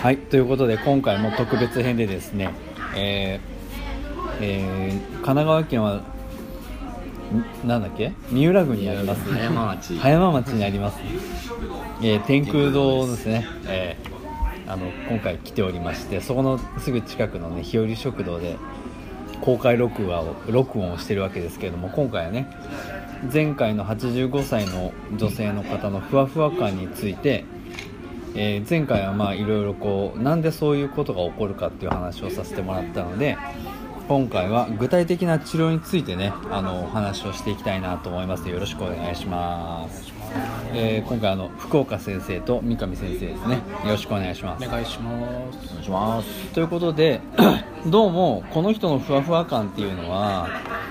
はい、ということで今回も特別編でですね、神奈川県はなんだっけ、三浦郡にあります、葉山町にあります、天空堂ですね、今回来ておりまして、そこのすぐ近くのね日和食堂で公開録音をしてるわけですけれども、今回はね前回の85歳の女性の方のふわふわ感について、前回はまあいろいろこうなんでそういうことが起こるかっていう話をさせてもらったので、今回は具体的な治療についてねお話をしていきたいなと思いますので、よろしくお願いします。今回福岡先生と三上先生ですね、よろしくお願いします。 お願いします。 ということでどうもこの人のふわふわ感っていうのは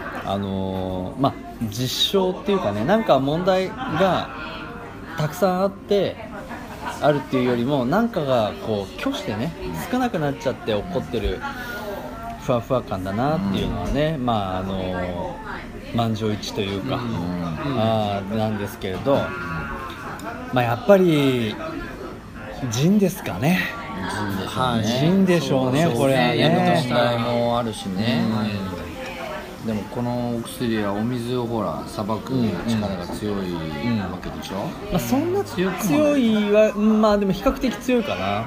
実証っていうかね、なんか問題がたくさんあるっていうよりも、なんかがこう挙してね少なくなっちゃって起こってるふわふわ感だなっていうのはね、満場一致というか、なんですけれど、やっぱり腎ですかね。腎でしょうね、これはね。 問題もあるしね、でもこのお薬はお水をほらさばく力が強いわけでしょ、 そんな強いはでも比較的強いかな。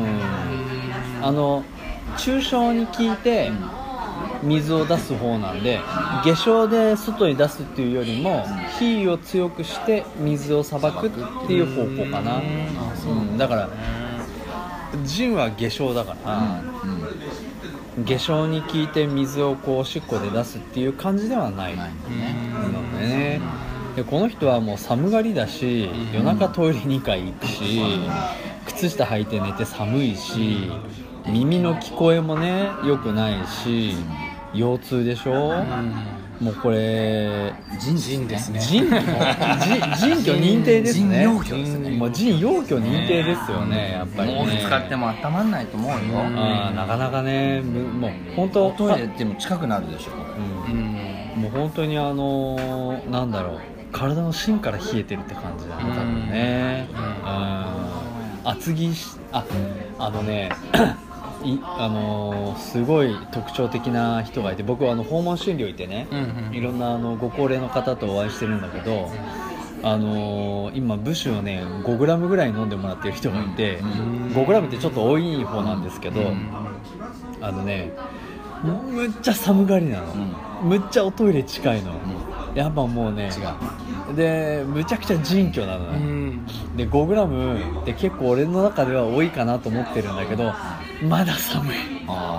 注射に効いて水を出す方なんで、下症で外に出すっていうよりも火を強くして水をさばくっていう方向かな。だから腎は下症だから、下症に効いて水をこうおしっこで出すっていう感じではないのでね。でこの人はもう寒がりだし、夜中トイレ2回行くし、靴下履いて寝て寒いし、耳の聞こえもね良くないし、腰痛でしょ。もうこれ腎ですね。 腎居認定ですね。 腎陽虚ですね。 もう腎陽虚認定ですよね、やっぱりね。 もう使っても温まんないと思うよ。 なかなかね、もう本当トイレでも近くなるでしょ。 もう本当になんだろう、体の芯から冷えてるって感じだね、多分ね。厚着すごい特徴的な人がいて、僕は訪問診療行ってね、いろんなご高齢の方とお会いしてるんだけど、今ブシュをね 5g ぐらい飲んでもらってる人がいて、5g ってちょっと多い方なんですけど、むっちゃ寒がりなの、むっちゃおトイレ近いの、やっぱもうねでむちゃくちゃ腎虚なのね、で 5g って結構俺の中では多いかなと思ってるんだけど、まだ寒い。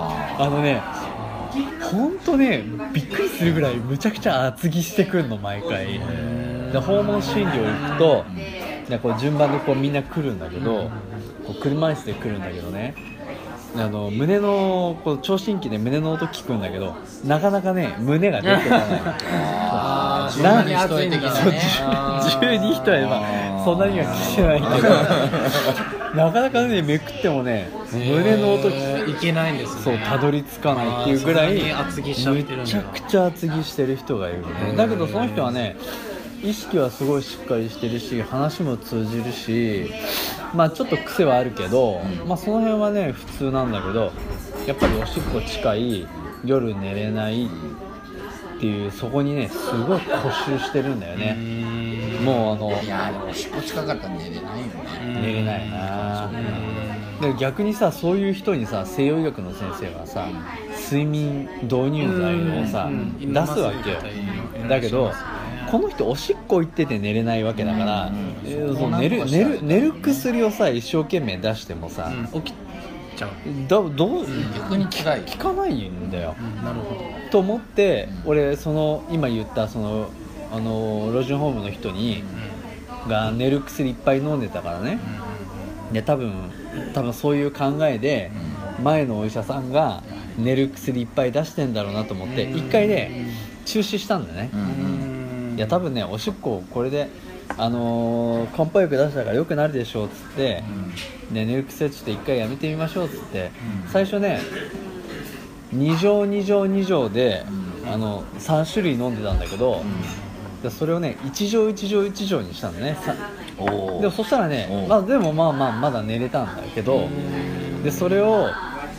ほんとねびっくりするぐらいむちゃくちゃ厚着してくるの毎回で、訪問診療行くとでこう順番でこうみんな来るんだけど、こう車椅子で来るんだけどね、胸のこう聴診器で胸の音聞くんだけど、なかなかね胸が出てこない 12一重的なね。 12一重はそんなには聞いてないけどなかなかねめくってもね胸の音いけないんですね。 そうたどり着かないっていうぐらい厚着しちゃってるんだ。 めちゃくちゃ厚着してる人がいるね。だけどその人はね意識はすごいしっかりしてるし、話も通じるし、ちょっと癖はあるけど、その辺はね普通なんだけど、やっぱりおしっこ近い、夜寝れないっていう、そこにねすごい固執してるんだよね。もういやでもおしっこ近かったら寝れないよね。 寝れないな。で逆にさ、そういう人にさ西洋医学の先生はさ睡眠導入剤をさ出すわけよ。だけどこの人おしっこ行ってて寝れないわけだから、寝る薬をさ一生懸命出してもさ、 起きちゃう。 逆に辛い。 効かないんだよ。 なるほど。 と思って俺今言った老人ホームの人が寝る薬いっぱい飲んでたからね。で多分そういう考えで前のお医者さんが寝る薬いっぱい出してんだろうなと思って一回ね中止したんだよね。いや多分ねおしっここれで漢方薬出したから良くなるでしょうっつって、寝る薬ちょっと一回やめてみましょうっつって、最初ね2錠で3種類飲んでたんだけど、それをね1錠にしたんだね。でもそしたらね、でもまだ寝れたんだけど、 でそれを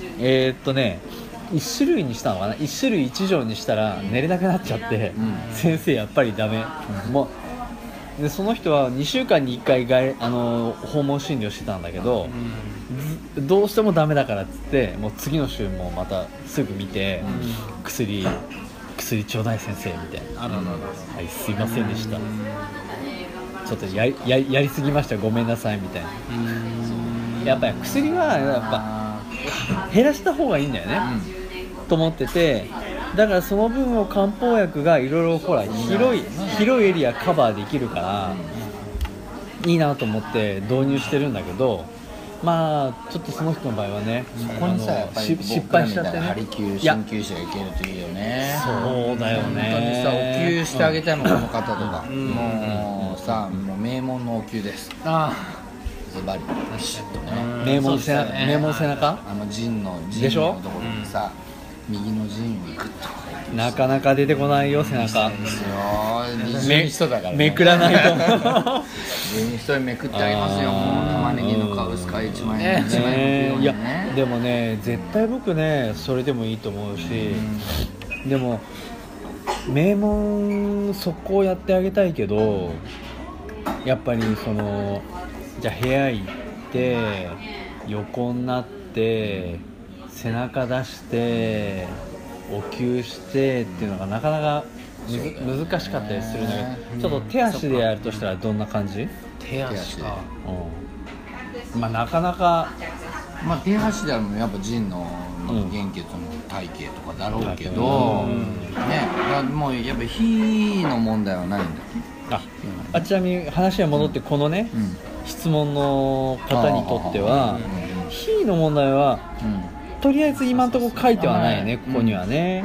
1種類にしたのかな、1種類1錠にしたら寝れなくなっちゃって、先生やっぱりダメ、もうでその人は2週間に1回訪問診療してたんだけど、どうしてもダメだからっつってもう次の週もまたすぐ見て、薬ちょうだい先生みたいな、はいすいませんでした、ちょっとやりすぎましたごめんなさいみたいな。やっぱり薬はやっぱ減らした方がいいんだよね、と思ってて、だからその分を漢方薬がいろいろほら広いエリアカバーできるからいいなと思って導入してるんだけど、まあちょっとその人の場合はね、 そこにさやっぱり失敗しちゃってね、 ハリキュー鍼灸師がいけるといいよね。 そうだよね、 本当にさお灸してあげたいもん、この方とか、もうさもう名門のお灸です。ズバリビシッとね、 名門背中腎のでしょところにさ、右の腎にグッとなかなか出てこないよ背中ですよ。二重に人だからね、 めくらないと二重に人にめくってあげますよ。もう玉ねぎの皮薄皮1枚1枚むくようにね。 いやでもね絶対僕ねそれでもいいと思うし、でも名門そこをやってあげたいけど、やっぱりそのじゃあ部屋行って横になって背中出してお灸してっていうのがなかなか難しかったりするんだけど、ちょっと手足でやるとしたらどんな感じ？ 手足か、 まあなかなかまあ手足でもやっぱ腎の人間血の体系とかだろうけど、ね、もうやっぱ火の問題はないんだ。 ちなみに話は戻って、このね、質問の方にとっては火の問題はとりあえず今のところ書いてはないね、ここにはね。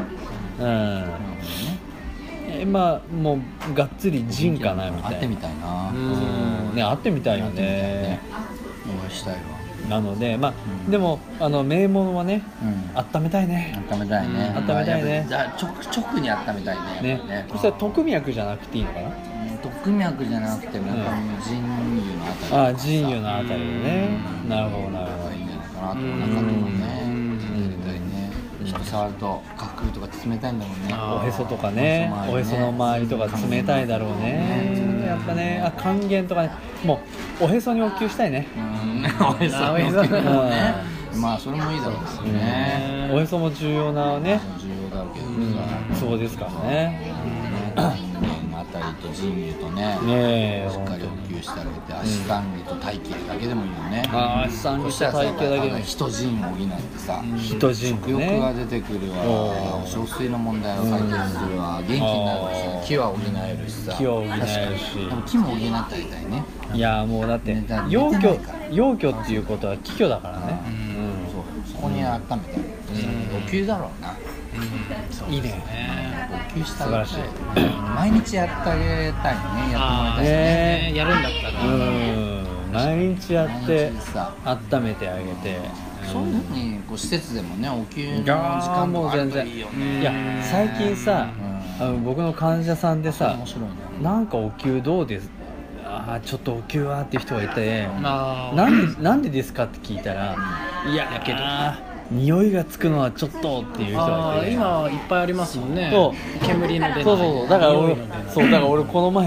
まあもうがっつり腎かなみたいな。 会ってみたいな。 ね、会ってみたいよね。 お会いしたいわ。 なのでまあでも名門はね、温めたいね。 温めたいね。 温めたいね。 じゃあ直に温めたいね。 ね。そしたら特脈じゃなくていいのかな？ 特脈じゃなくても腎油のあたり。 腎油のあたりでね。なるほどなるほど。 いいんじゃないかなと。お腹とかね。人触ると下腹とか冷たいんだもんね。 おへそとかね、おへその周りとか冷たいだろうね。やっぱね、還元とかね、もうおへそにお灸したいね。 おへそにお灸ね。まあそれもいいだろうですね。 おへそも重要なね、 重要だけどさ、 そうですからね。 あたりと腎油とね、しっかりお灸してあげて、足三里と体形だけでもいいよね。 足三里と体形だけでも人腎を補ってさ、 人腎食欲が出てくるわ、小水の問題を解決するわ、元気になるし、気は補えるしさ、 気は補えるし、 でも気も補ってあげたいね。 いやもうだって陽虚っていうことは気虚だからね。 そこに温めてあげる。お灸だろうな。 いいね。 お灸してあげたい。毎日やってあげたいね。やってもらいたいね。 やるんだったら。 毎日やって温めてあげて。 そういうふうに施設でもね、お灸の時間もあるといいよね。 いや最近さ、僕の患者さんでさ、なんかお灸どうです？ちょっとお灸はっていう人がいて、なんでですかって聞いたら、いやけど匂いがつくのはちょっとっていう人がいて、 今いっぱいありますもんね。煙の出ない。 そうだから俺この前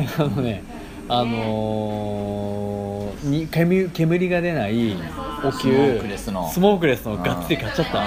煙が出ないお灸スモークレスのがっつり買っちゃった。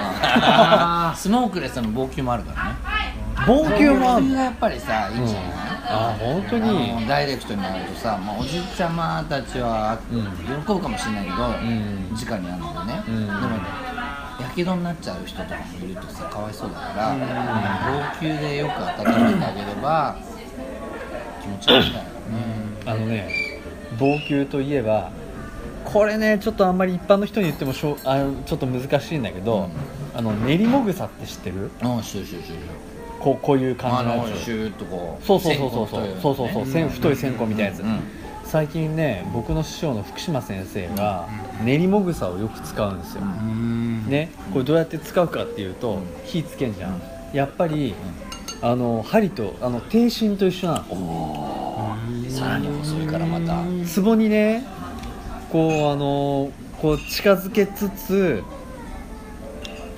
スモークレスの防灸もあるからね。 防灸もある。 防灸がやっぱりさいいんじゃない？ 本当にダイレクトになるとさ、おじいちゃまたちは喜ぶかもしれないけど、直にあるのでね。でもやけどになっちゃう人とかもいるとさ、かわいそうだから、防灸でよく温めてあげれば気持ちがいいからね。 防灸といえばこれね、ちょっとあんまり一般の人に言ってもちょっと難しいんだけど、練りもぐさって知ってる？こういう感じのやつ。 シューッとこう。 そう太い線香みたいなやつ。最近ね、僕の師匠の福島先生が練りもぐさをよく使うんですよ。ね、これどうやって使うかっていうと、火つけんじゃん。やっぱり針と低芯と一緒なの。 さらに細いからまた。 壺にね、こう近づけつつ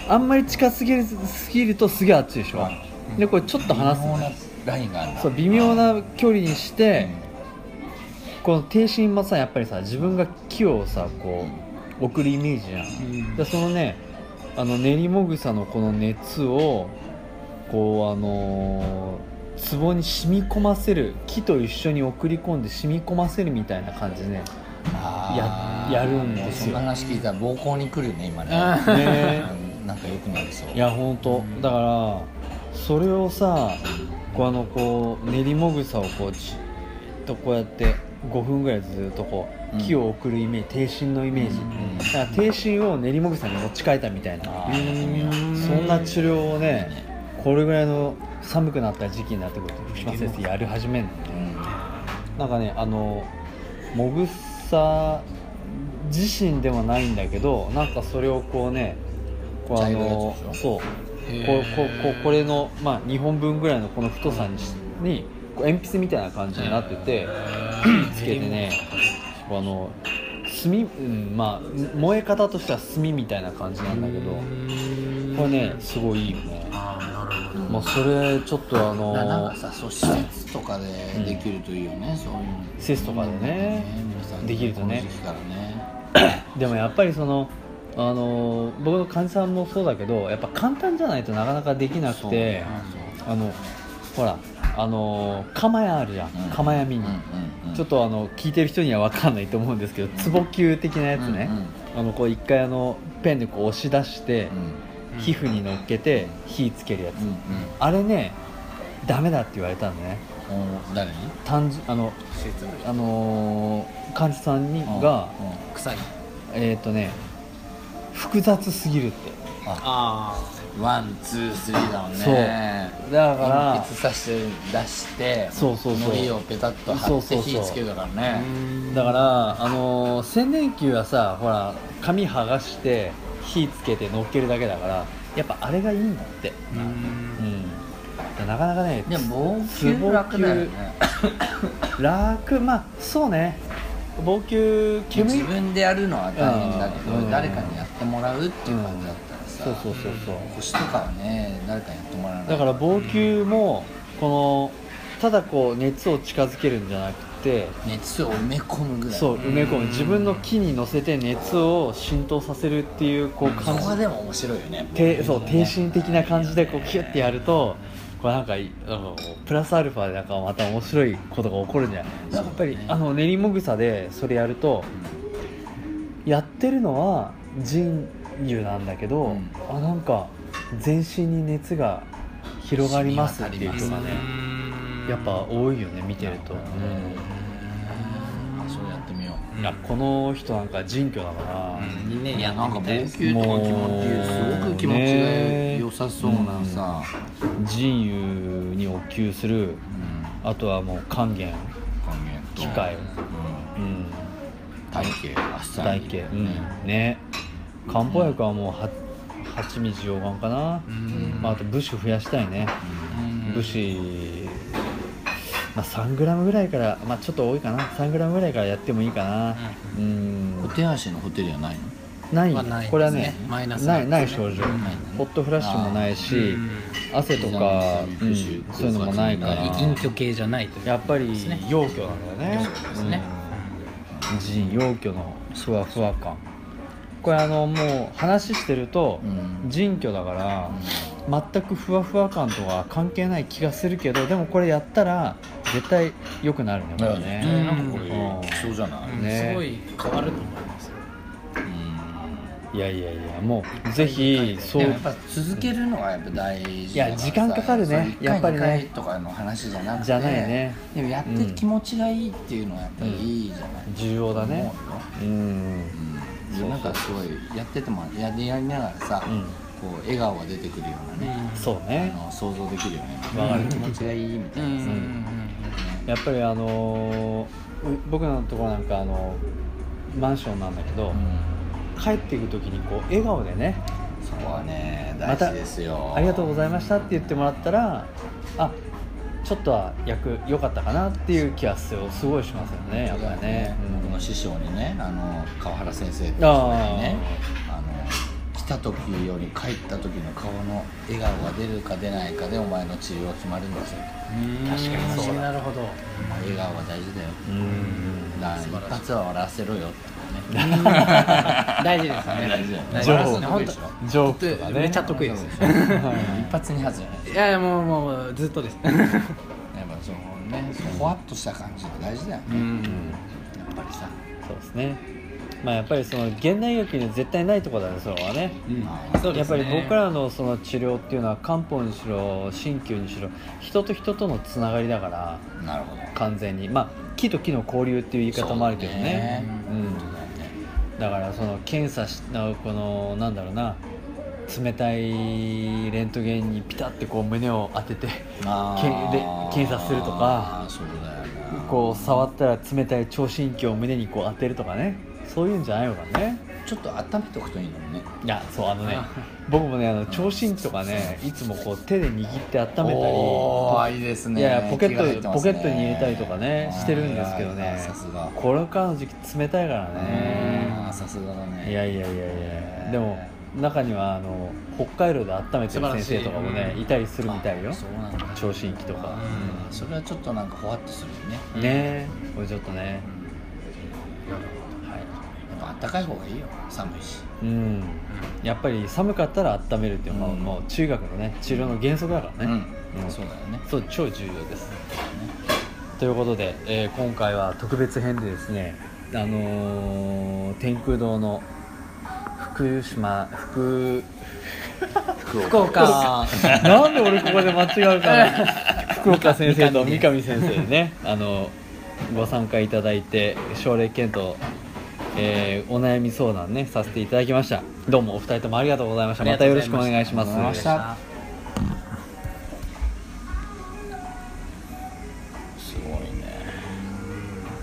あんまり近すぎるとすげえ熱いでしょ、でこれちょっと離す微妙なラインがあるんだ。 そう微妙な距離にして、この低心もさやっぱりさ自分が木をさこう送るイメージじゃん、でそのね練りもぐさのこの熱をこう壺に染み込ませる、木と一緒に送り込んで染み込ませるみたいな感じでねやるんですよ。 そんな話聞いたら暴行に来るよね今ね。 ねなんか良くなりそう。 いやほんとだからそれをさこう練りもぐさをこうじっとこうやって5分ぐらいずっとこう木を送るイメージ、低心のイメージ、だから低心を練りもぐさに持ち替えたみたいな、そんな治療をねこれぐらいの寒くなった時期になってくると福島先生やり始めるのね、なんかねもぐさ自身ではないんだけど、なんかそれをこうねこれの、まあ、2本分ぐらいのこの太さにこう鉛筆みたいな感じになってて、火つけてね炭、まあ燃え方としては炭みたいな感じなんだけど、これねすごいいいよね。まあそれちょっとなんかさ、そう施設とかでできるといいよね、そういうの。 施設とかでねできるとね。 この時期からねでもやっぱり僕の患者さんもそうだけど、やっぱ簡単じゃないとなかなかできなくて、ほら釜屋あるじゃん、釜屋ミニ、ちょっと聞いてる人には分かんないと思うんですけど、壺球的なやつね、こう一回ペンでこう押し出して、皮膚に乗っけて火つけるやつ、あれねダメだって言われたんだね。 誰に？ 患者さんが臭い複雑すぎるって。 ワン、ツー、スリーだもんね。 そうだから鉛筆さして出して糊をペタッと貼って火つけるからね。 だから洗面器はさほら紙剥がして火つけて乗っけるだけだから、やっぱあれがいいんだって。なかなかね。 でも防球楽だよね。 楽、まあそうね。防球自分でやるのは大変だけど、誰かにやってもらうっていう感じだったらさ、 そう腰とかはね誰かにやってもらわない。 だから防球もただこう熱を近づけるんじゃなくて、 熱を埋め込むぐらい。 そう埋め込む、自分の木に乗せて熱を浸透させるっていうこう感じ。 そこはでも面白いよね。 そう低心的な感じでこうキュッてやると、これなんかプラスアルファでなんかまた面白いことが起こるんじゃない。やっぱり練りもぐさでそれやると、やってるのは人油なんだけど、なんか全身に熱が広がりますっていう人がねやっぱ多いよね、見てると。 そうやってみよう。 いやこの人なんか人魚だから、 いやなんか防球とかすごく気持ちが良さそうなさ、 人油にお灸する、あとはもう還元機械、 体系体系ね。漢方薬はもう8味溶岩かな、あと武士増やしたいね。武士3g ぐらいから、ちょっと多いかな、3g ぐらいからやってもいいかな。 お手足のホテルはないの？ ない、これはねない症状、ホットフラッシュもないし、汗とかそういうのもないから、 陰虚系じゃないという、 やっぱり陽虚なんだよね。陽虚のふわふわ感、これもう話してると人虚だから全くふわふわ感とは関係ない気がするけど、でもこれやったら絶対良くなるね、これね。 なんかこれそうじゃないね。すごい変わると思います。 いやもうぜひそう。 やっぱ続けるのがやっぱ大事。 いや時間かかるね、やっぱりね。 1回2回とかの話じゃなくて。 じゃないね。 でもやって気持ちがいいっていうのはやっぱりいいじゃない。 重要だね。 なんかすごいやっててもやりながらさ、こう笑顔が出てくるようなね。 そうね。 想像できるよね。 わかる。 気持ちがいいみたいなさ。 やっぱり僕のところなんかマンションなんだけど、帰っていく時にこう笑顔でね、 そこはね大事ですよ。 ありがとうございましたって言ってもらったら、ちょっとは良かったかなっていう気はすごいしますよね、やっぱりね。 僕の師匠にね、川原先生っていう人にね、来来た時より帰った時の顔の笑顔が出るか出ないかでお前の治療が決まるんですよ。 確かにそうなるほど。 笑顔が大事だよ。だから一発は笑わせろよってね。 大事ですね。 大事だよね。 ジョ笑わせーク得意でしょ。 ジョークとかねめっちゃ得意です。 一発二発じゃない。 いやいやもうずっとです。 やっぱそのね、ほわっとした感じが大事だよね。やっぱりさ。 そうですね。まあやっぱりその現代医学には絶対ないところだね、それはね。 そうですね。 やっぱり僕らのその治療っていうのは漢方にしろ鍼灸にしろ人と人とのつながりだから、 なるほど。 完全にまあ木と木の交流っていう言い方もあるけどね。だからその検査したこのなんだろうな、冷たいレントゲンにピタッてこう胸を当てて検査するとか、 そうだよね。 こう触ったら冷たい聴診器を胸にこう当てるとかね、そういうんじゃないのかね。 ちょっと温めておくといいのにね。 いやそう僕もね聴診器とかねいつもこう手で握って温めたり、 いいですね。 いやポケットに入れたりとかねしてるんですけどね。 さすが。 これからの時期冷たいからね。 さすがだね。 いやでも中には北海道で温めてる先生とかもねいたりするみたいよ。聴診器とか。 それはちょっとなんかほわっとするよね。 ねこれちょっとね。 やっぱ暖かい方がいいよ。寒いし。 やっぱり寒かったら温めるっていうのはもう中学のね治療の原則だからね。 そうだよね。 そう超重要です。ということで、今回は特別編でですね、天空堂の福岡なんで俺ここで間違うかな福岡先生と三上先生にねご参加いただいて症例検討、お悩み相談ねさせていただきました。どうもお二人ともありがとうございました。またよろしくお願いします。